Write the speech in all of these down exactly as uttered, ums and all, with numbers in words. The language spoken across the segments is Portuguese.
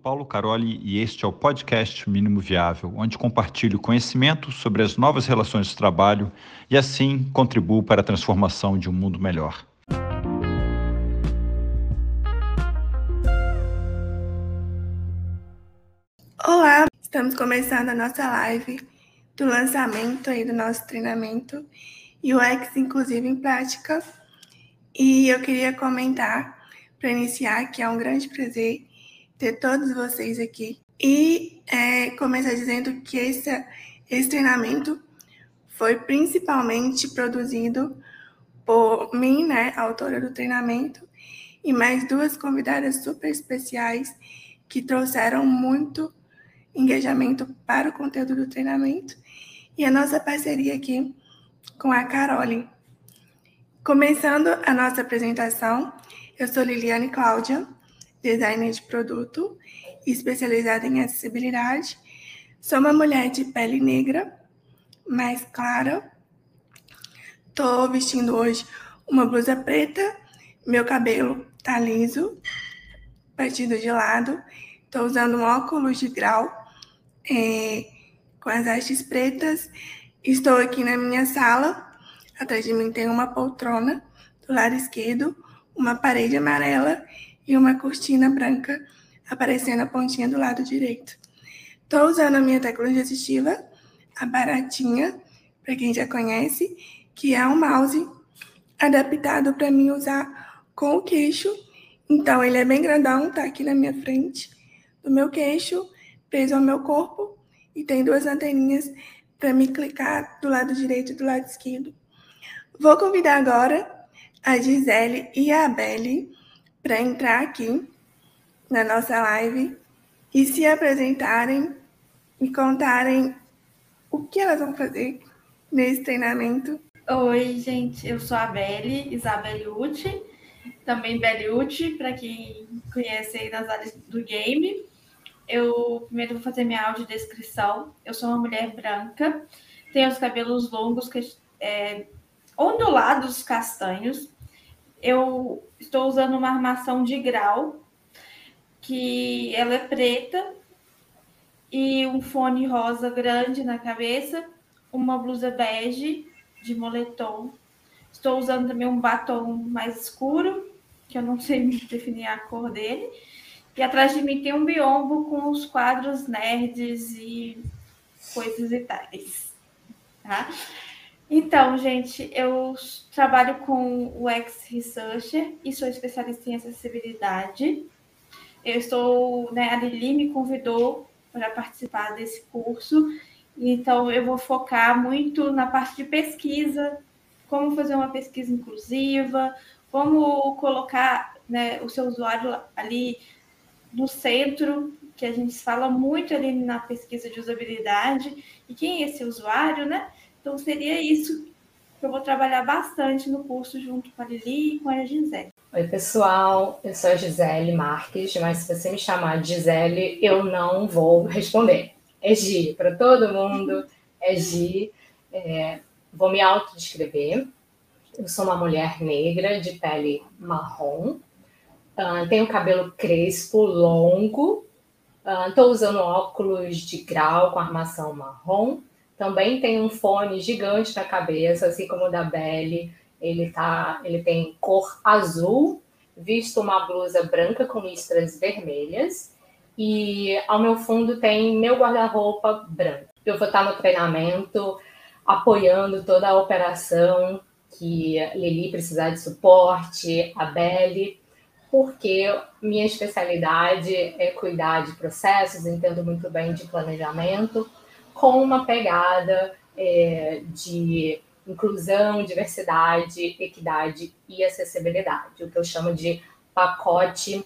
Paulo Caroli e este é o podcast Mínimo Viável, onde compartilho conhecimento sobre as novas relações de trabalho e assim contribuo para a transformação de um mundo melhor. Olá, estamos começando a nossa live do lançamento aí do nosso treinamento U X Inclusivo em Prática. E eu queria comentar, para iniciar, que é um grande prazer ter todos vocês aqui. E é, começar dizendo que esse, esse treinamento foi principalmente produzido por mim, né, autora do treinamento, e mais duas convidadas super especiais que trouxeram muito engajamento para o conteúdo do treinamento, e a nossa parceria aqui com a Caroli. Começando a nossa apresentação, eu sou Liliane Cláudia, designer de produto, especializada em acessibilidade. Sou uma mulher de pele negra, mais clara. Estou vestindo hoje uma blusa preta, meu cabelo tá liso, partido de lado. Estou usando um óculos de grau é, com as hastes pretas. Estou aqui na minha sala. Atrás de mim tem uma poltrona, do lado esquerdo, uma parede amarela e uma cortina branca aparecendo a pontinha do lado direito. Estou usando a minha tecnologia assistiva, a baratinha, para quem já conhece, que é um mouse adaptado para mim usar com o queixo. Então, ele é bem grandão, tá aqui na minha frente, do meu queixo, preso ao meu corpo, e tem duas anteninhas para me clicar do lado direito e do lado esquerdo. Vou convidar agora a Gisele e a Abeli para entrar aqui na nossa live e se apresentarem e contarem o que elas vão fazer nesse treinamento. Oi, gente, eu sou a Beli, Isabelle Ucci, também Beli Ucci, para quem conhece aí nas áreas do game. Eu primeiro vou fazer minha audiodescrição. Eu sou uma mulher branca, tenho os cabelos longos, é, ondulados castanhos. Eu estou usando uma armação de grau, que ela é preta, e um fone rosa grande na cabeça, uma blusa bege de moletom. Estou usando também um batom mais escuro, que eu não sei definir a cor dele. E atrás de mim tem um biombo com os quadros nerds e coisas e tais. Tá? Então, gente, eu trabalho com o U X Researcher e sou especialista em acessibilidade. Eu estou, né, a Lili me convidou para participar desse curso, então eu vou focar muito na parte de pesquisa, como fazer uma pesquisa inclusiva, como colocar, né, o seu usuário ali no centro, que a gente fala muito ali na pesquisa de usabilidade, e quem é esse usuário, né? Então seria isso que eu vou trabalhar bastante no curso junto com a Lili e com a Gisele. Oi, pessoal, eu sou a Gisele Marques, mas se você me chamar de Gisele, eu não vou responder. É Gi, para todo mundo, é Gi. É, vou me autodescrever. Eu sou uma mulher negra, de pele marrom, uh, tenho cabelo crespo, longo, estou uh, usando óculos de grau com armação marrom, também tenho um fone gigante na cabeça, assim como o da Beli. Ele, tá, ele tem cor azul, visto uma blusa branca com listras vermelhas, e ao meu fundo tem meu guarda-roupa branco. Eu vou estar no treinamento, apoiando toda a operação, que Lili precisar de suporte, a Beli, porque minha especialidade é cuidar de processos, entendo muito bem de planejamento, com uma pegada é, de inclusão, diversidade, equidade e acessibilidade, o que eu chamo de pacote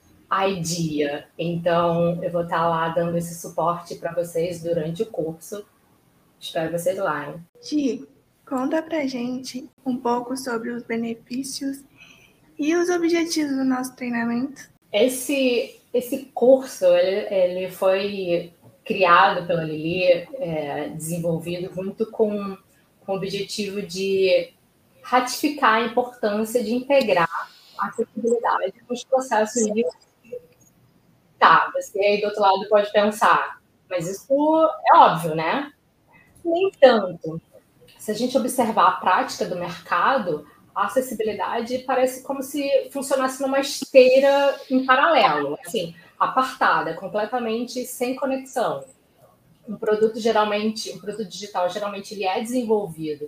IDEA. Então, eu vou estar lá dando esse suporte para vocês durante o curso. Espero vocês lá, hein? Gi, conta pra gente um pouco sobre os benefícios e os objetivos do nosso treinamento. Esse, esse curso, ele, ele foi criado pela Lili, é, desenvolvido junto com com o objetivo de ratificar a importância de integrar a acessibilidade nos processos de... Tá, Você aí do outro lado pode pensar, mas isso é óbvio, né? Nem tanto. Se a gente observar a prática do mercado, a acessibilidade parece como se funcionasse numa esteira em paralelo, assim, apartada, completamente sem conexão. Um produto geralmente, um produto digital geralmente ele é desenvolvido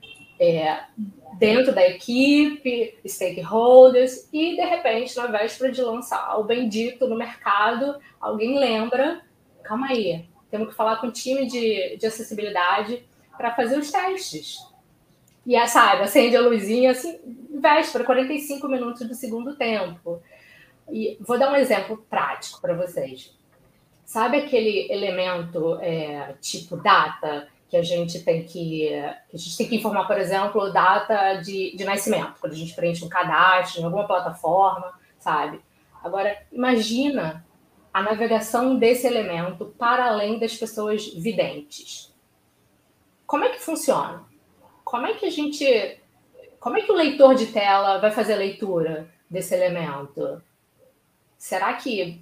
é, dentro da equipe, stakeholders, e de repente, na véspera de lançar o bendito no mercado, alguém lembra, calma aí, temos que falar com o time de, de acessibilidade para fazer os testes. E é, sabe, acende a luzinha, assim, véspera, quarenta e cinco minutos do segundo tempo. E vou dar um exemplo prático para vocês. Sabe aquele elemento é, tipo data que a gente tem que, que a gente tem que informar, por exemplo, data de, de nascimento, quando a gente preenche um cadastro em alguma plataforma, sabe? Agora, imagina a navegação desse elemento para além das pessoas videntes. Como é que funciona? Como é que a gente... Como é que o leitor de tela vai fazer a leitura desse elemento? Será que...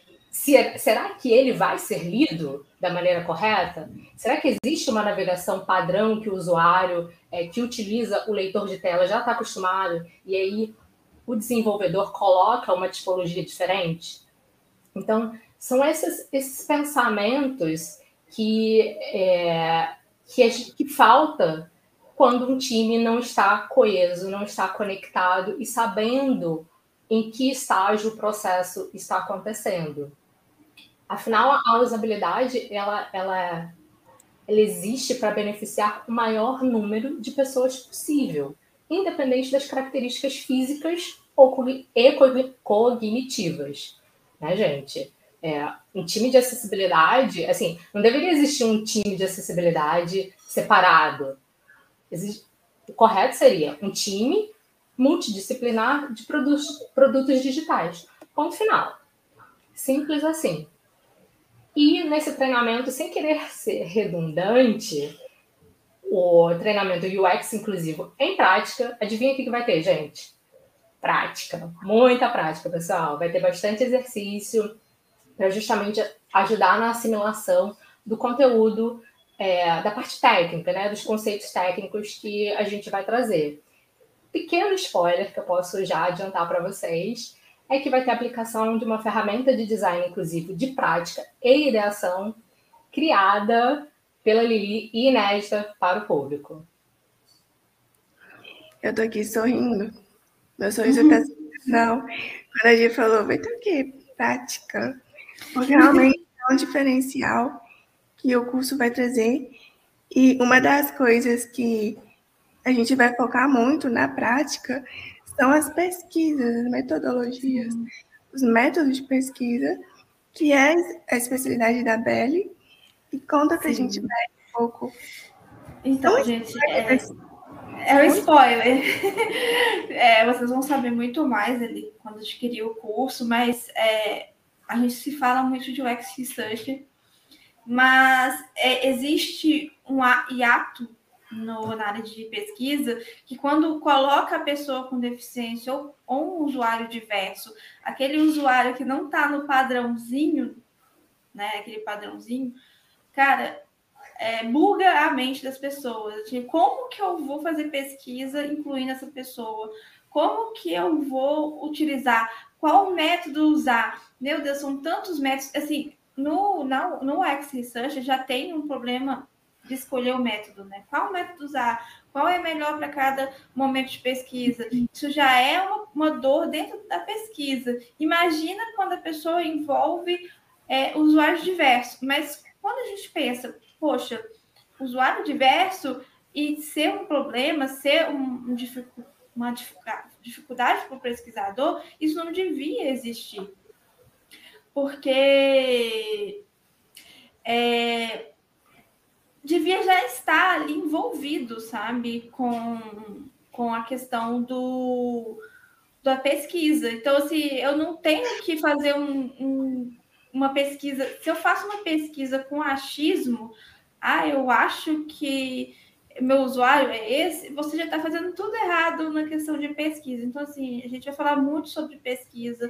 Será que ele vai ser lido da maneira correta? Será que existe uma navegação padrão que o usuário é, que utiliza o leitor de tela já está acostumado e aí o desenvolvedor coloca uma tipologia diferente? Então, são esses, esses pensamentos que, é, que, que falta quando um time não está coeso, não está conectado e sabendo em que estágio o processo está acontecendo. Afinal, a usabilidade, ela, ela, ela existe para beneficiar o maior número de pessoas possível, independente das características físicas ou e cognitivas, né, gente? É, um time de acessibilidade, assim, não deveria existir um time de acessibilidade separado. Existe, o correto seria um time multidisciplinar de produtos, produtos digitais. Ponto final. Simples assim. E nesse treinamento, sem querer ser redundante, o treinamento U X inclusivo em prática, adivinha o que vai ter, gente? Prática, muita prática, pessoal. Vai ter bastante exercício para justamente ajudar na assimilação do conteúdo, é, da parte técnica, né? Dos conceitos técnicos que a gente vai trazer. Pequeno spoiler que eu posso já adiantar para vocês é que vai ter aplicação de uma ferramenta de design inclusivo de prática e ideação criada pela Lili e inédita para o público. Eu tô aqui sorrindo. Meu sorriso uhum. tá não. Quando a gente falou, vai ter o quê? Prática. Porque realmente é um diferencial que o curso vai trazer. E uma das coisas que a gente vai focar muito na prática são as pesquisas, as metodologias, Sim. os métodos de pesquisa, que é a especialidade da Beli. E conta pra Sim. gente mais um pouco. Então, Como gente, é, é um spoiler. É, vocês vão saber muito mais ali quando adquirir o curso, mas é, a gente se fala muito de U X Research, mas é, existe um hiato No, na área de pesquisa, que quando coloca a pessoa com deficiência ou, ou um usuário diverso, aquele usuário que não está no padrãozinho, né, aquele padrãozinho, cara, é, buga a mente das pessoas. Tipo, como que eu vou fazer pesquisa incluindo essa pessoa? Como que eu vou utilizar? Qual método usar? Meu Deus, são tantos métodos. Assim, no, no, no U X Research já tem um problema de escolher o método, né? Qual método usar? Qual é melhor para cada momento de pesquisa? Isso já é uma, uma dor dentro da pesquisa. Imagina quando a pessoa envolve é, usuários diversos. Mas quando a gente pensa, poxa, usuário diverso e ser um problema, ser um, um dificu- uma dificuldade para o pesquisador, isso não devia existir. Porque... É, devia já estar ali envolvido, sabe, com, com a questão do, da pesquisa. Então, assim, eu não tenho que fazer um, um, uma pesquisa... Se eu faço uma pesquisa com achismo, ah, eu acho que meu usuário é esse, você já está fazendo tudo errado na questão de pesquisa. Então, assim, a gente vai falar muito sobre pesquisa,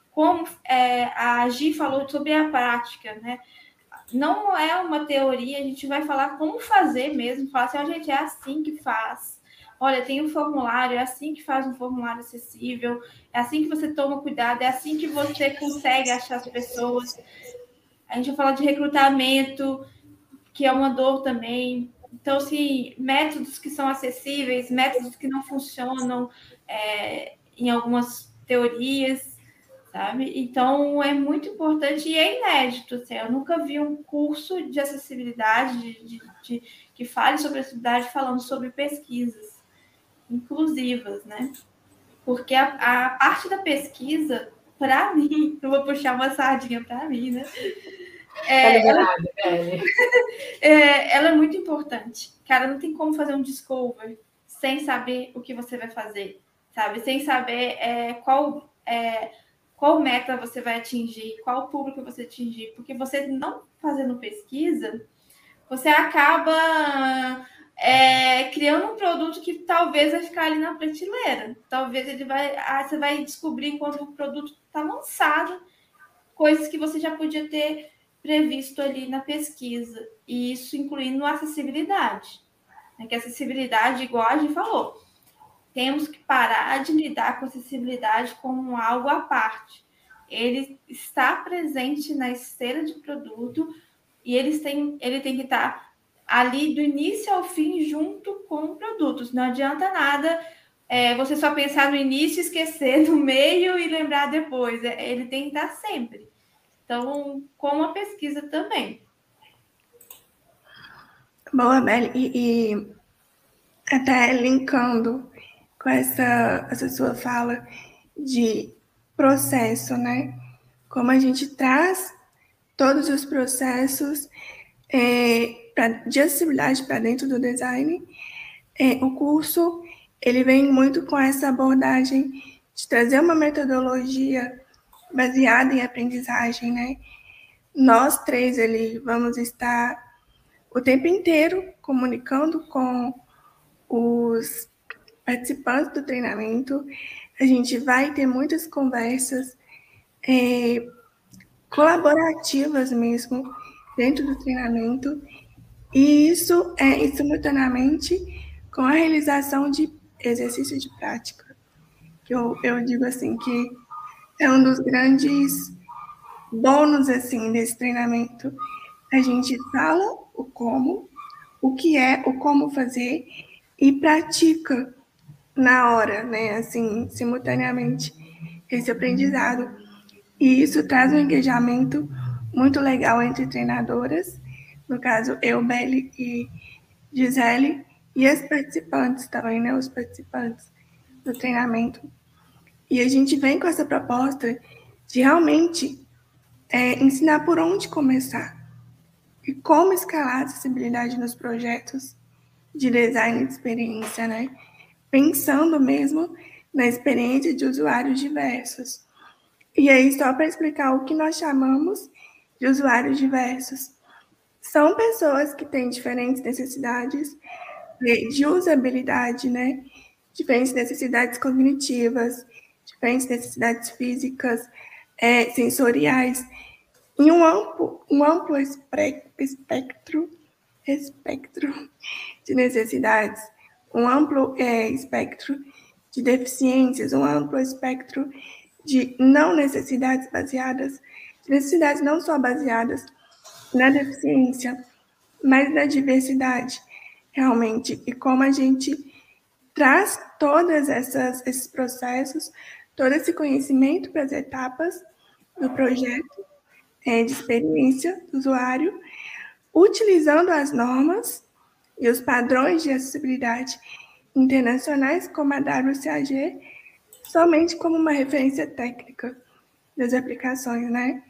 como é, a Gi falou sobre a prática, né? Não é uma teoria, a gente vai falar como fazer mesmo, falar assim, oh, gente, é assim que faz. Olha, tem um formulário, é assim que faz um formulário acessível, é assim que você toma cuidado, é assim que você consegue achar as pessoas. A gente vai falar de recrutamento, que é uma dor também. Então, assim, métodos que são acessíveis, métodos que não funcionam é, em algumas teorias, sabe? Então, é muito importante e é inédito. Assim, eu nunca vi um curso de acessibilidade, de, de, de, que fale sobre acessibilidade falando sobre pesquisas inclusivas, né? Porque a, a parte da pesquisa, para mim, eu vou puxar uma sardinha para mim, né? É, ela, é, ela é muito importante. Cara, não tem como fazer um discover sem saber o que você vai fazer, sabe? Sem saber é, qual, é, qual meta você vai atingir, qual público você vai atingir. Porque você não fazendo pesquisa, você acaba é, criando um produto que talvez vai ficar ali na prateleira. Talvez ele vai. Ah, você vai descobrir quando o produto está lançado, coisas que você já podia ter previsto ali na pesquisa, e isso incluindo a acessibilidade. Né? Que a acessibilidade, igual a gente falou, temos que parar de lidar com a acessibilidade como algo à parte. Ele está presente na esteira de produto e eles têm, ele tem que estar ali do início ao fim junto com produtos. Não adianta nada é, você só pensar no início, esquecer no meio e lembrar depois. Ele tem que estar sempre. Então, com a pesquisa também. Boa, Beli. E, e até linkando com essa, essa sua fala de processo, né? Como a gente traz todos os processos é, pra, de acessibilidade para dentro do design, é, o curso ele vem muito com essa abordagem de trazer uma metodologia baseada em aprendizagem, né? Nós três ali vamos estar o tempo inteiro comunicando com os participantes do treinamento. A gente vai ter muitas conversas é, colaborativas mesmo dentro do treinamento, e isso é simultaneamente com a realização de exercício de prática, que eu, eu digo assim que é um dos grandes bônus assim desse treinamento. A gente fala o como, o que é, o como fazer e pratica na hora, né? Assim, simultaneamente esse aprendizado. E isso traz um engajamento muito legal entre treinadoras, no caso eu, Beli e Gisele, e as participantes também, né? Os participantes do treinamento. E a gente vem com essa proposta de realmente é, ensinar por onde começar e como escalar a acessibilidade nos projetos de design de experiência, né? Pensando mesmo na experiência de usuários diversos. E aí, só para explicar o que nós chamamos de usuários diversos. São pessoas que têm diferentes necessidades de usabilidade, né? Diferentes necessidades cognitivas, diferentes necessidades físicas, é, sensoriais, em um amplo, um amplo espectro, espectro de necessidades, um amplo é, espectro de deficiências, um amplo espectro de não necessidades baseadas, de necessidades não só baseadas na deficiência, mas na diversidade, realmente, e como a gente traz todos esses processos, todo esse conhecimento para as etapas do projeto é, de experiência do usuário, utilizando as normas e os padrões de acessibilidade internacionais, como a W C A G, somente como uma referência técnica das aplicações, né?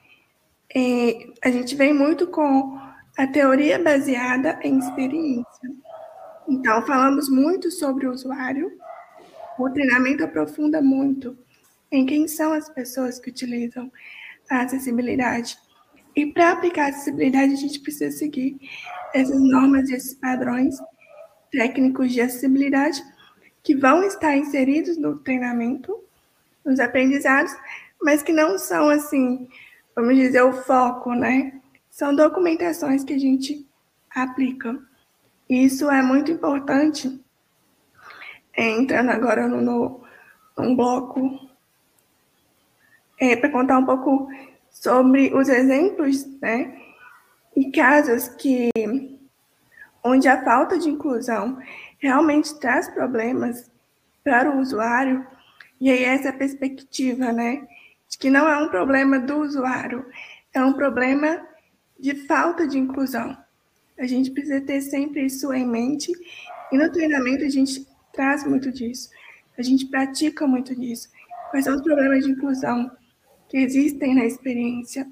E a gente vem muito com a teoria baseada em experiência. Então, falamos muito sobre o usuário, o treinamento aprofunda muito em quem são as pessoas que utilizam a acessibilidade. E para aplicar a acessibilidade, a gente precisa seguir essas normas e esses padrões técnicos de acessibilidade que vão estar inseridos no treinamento, nos aprendizados, mas que não são, assim, vamos dizer, o foco, né? São documentações que a gente aplica. Isso é muito importante. É, entrando agora no, no, num bloco, é, para contar um pouco sobre os exemplos, né? E casos que, onde a falta de inclusão realmente traz problemas para o usuário, e aí essa perspectiva, né, de que não é um problema do usuário, é um problema de falta de inclusão. A gente precisa ter sempre isso em mente, e no treinamento a gente traz muito disso, a gente pratica muito disso. Quais são os problemas de inclusão que existem na experiência?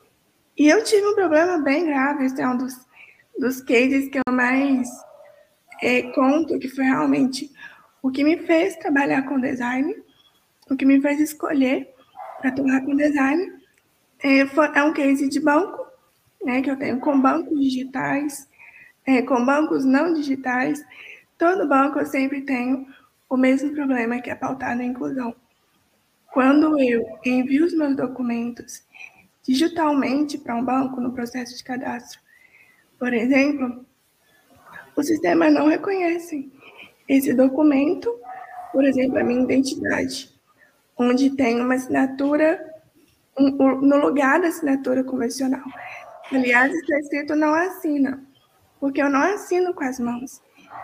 E eu tive um problema bem grave, esse é um dos, dos cases que eu mais é, conto, que foi realmente o que me fez trabalhar com design, o que me fez escolher para atuar com design. É, foi, é um case de banco, né, que eu tenho com bancos digitais, é, com bancos não digitais. Todo banco eu sempre tenho o mesmo problema, que é pautar na inclusão. Quando eu envio os meus documentos digitalmente para um banco no processo de cadastro, por exemplo, o sistema não reconhece esse documento, por exemplo, a minha identidade, onde tem uma assinatura um, um, no lugar da assinatura convencional. Aliás, está escrito não assina, porque eu não assino com as mãos.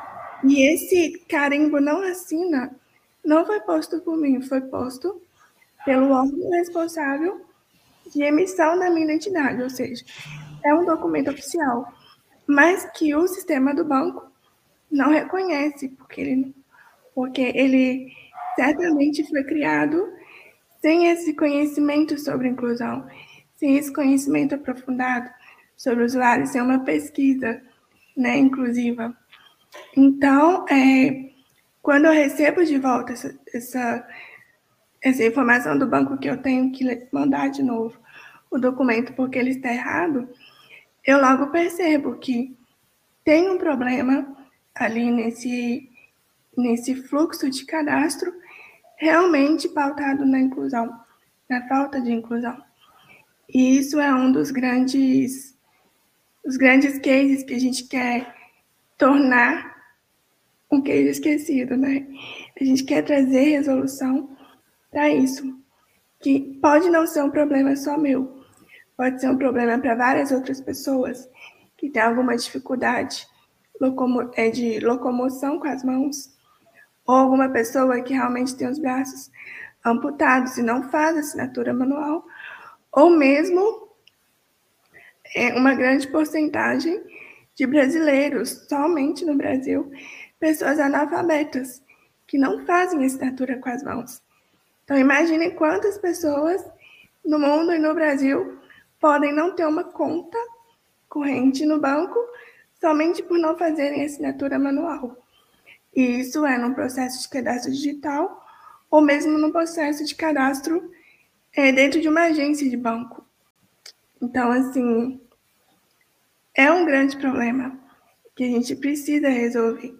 E esse carimbo não assina não foi posto por mim, foi posto pelo órgão responsável de emissão da minha identidade, ou seja, é um documento oficial, mas que o sistema do banco não reconhece, porque ele, porque ele certamente foi criado sem esse conhecimento sobre inclusão, sem esse conhecimento aprofundado sobre o usuário, sem uma pesquisa, né, inclusiva. Então, é, quando eu recebo de volta essa, essa, essa informação do banco que eu tenho que mandar de novo o documento porque ele está errado, eu logo percebo que tem um problema ali nesse, nesse fluxo de cadastro realmente pautado na inclusão, na falta de inclusão. E isso é um dos grandes, os grandes cases que a gente quer tornar um case esquecido, né? A gente quer trazer resolução para isso, que pode não ser um problema só meu, pode ser um problema para várias outras pessoas que têm alguma dificuldade de locomoção com as mãos, ou alguma pessoa que realmente tem os braços amputados e não faz assinatura manual, ou mesmo é, uma grande porcentagem de brasileiros, somente no Brasil, pessoas analfabetas, que não fazem assinatura com as mãos. Então, imaginem quantas pessoas no mundo e no Brasil podem não ter uma conta corrente no banco somente por não fazerem assinatura manual. E isso é num processo de cadastro digital ou mesmo no processo de cadastro é, dentro de uma agência de banco. Então, assim, é um grande problema que a gente precisa resolver.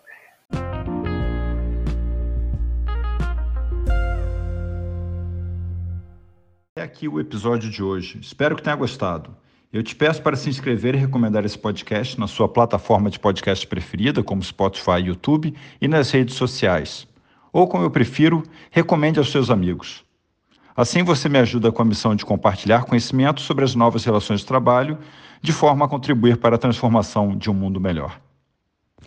É aqui o episódio de hoje. Espero que tenha gostado. Eu te peço para se inscrever e recomendar esse podcast na sua plataforma de podcast preferida, como Spotify e YouTube, e nas redes sociais. Ou, como eu prefiro, recomende aos seus amigos. Assim você me ajuda com a missão de compartilhar conhecimento sobre as novas relações de trabalho, de forma a contribuir para a transformação de um mundo melhor.